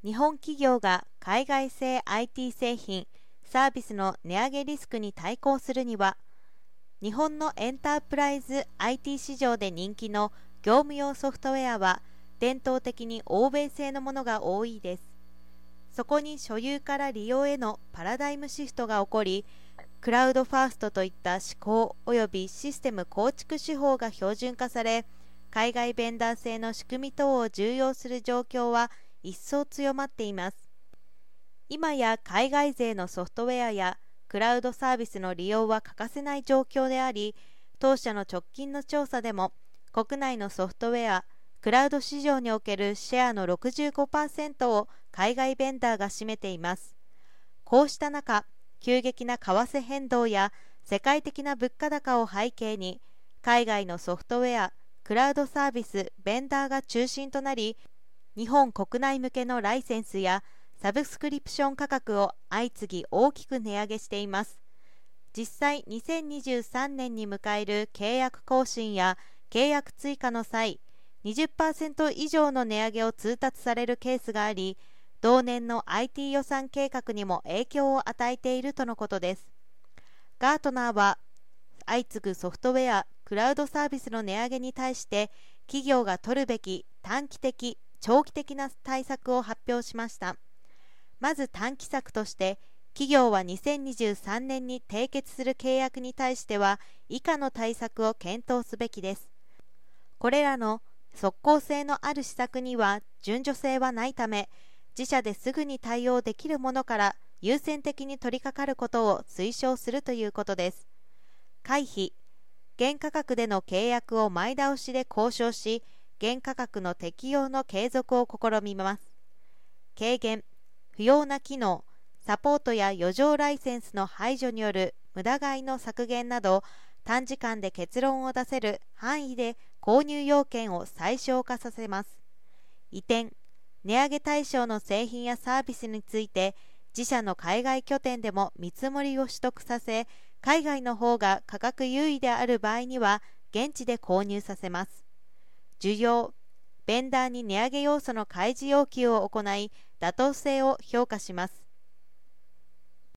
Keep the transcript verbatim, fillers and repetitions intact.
日本企業が海外製 アイティー 製品・サービスの値上げリスクに対抗するには、日本のエンタープライズ アイティー 市場で人気の業務用ソフトウェアは伝統的に欧米製のものが多いです。そこに所有から利用へのパラダイムシフトが起こり、クラウドファーストといった思考及びシステム構築手法が標準化され、海外ベンダー製の仕組み等を重要する状況は一層強まっています。今や海外勢のソフトウェアやクラウドサービスの利用は欠かせない状況であり、当社の直近の調査でも国内のソフトウェア、クラウド市場におけるシェアの ろくじゅうごパーセント を海外ベンダーが占めています。こうした中、急激な為替変動や世界的な物価高を背景に、海外のソフトウェア、クラウドサービス、ベンダーが中心となり、日本国内向けのライセンスやサブスクリプション価格を相次ぎ大きく値上げしています。実際、にせんにじゅうさんねんに迎える契約更新や契約追加の際、にじゅっパーセント 以上の値上げを通達されるケースがあり、同年の アイティー 予算計画にも影響を与えているとのことです。ガートナーは、相次ぐソフトウェア、クラウドサービスの値上げに対して、企業が取るべき短期的、長期的な対策を発表しました。まず短期策として、企業はにせんにじゅうさんねんに締結する契約に対しては、以下の対策を検討すべきです。これらの即効性のある施策には順序性はないため、自社ですぐに対応できるものから優先的に取り掛かることを推奨するということです。回避、原価格での契約を前倒しで交渉し、原価格の適用の継続を試みます。軽減、不要な機能、サポートや余剰ライセンスの排除による無駄買いの削減など、短時間で結論を出せる範囲で購入要件を最小化させます。移転、値上げ対象の製品やサービスについて、自社の海外拠点でも見積もりを取得させ、海外の方が価格優位である場合には、現地で購入させます。需要、ベンダーに値上げ要素の開示要求を行い、妥当性を評価します。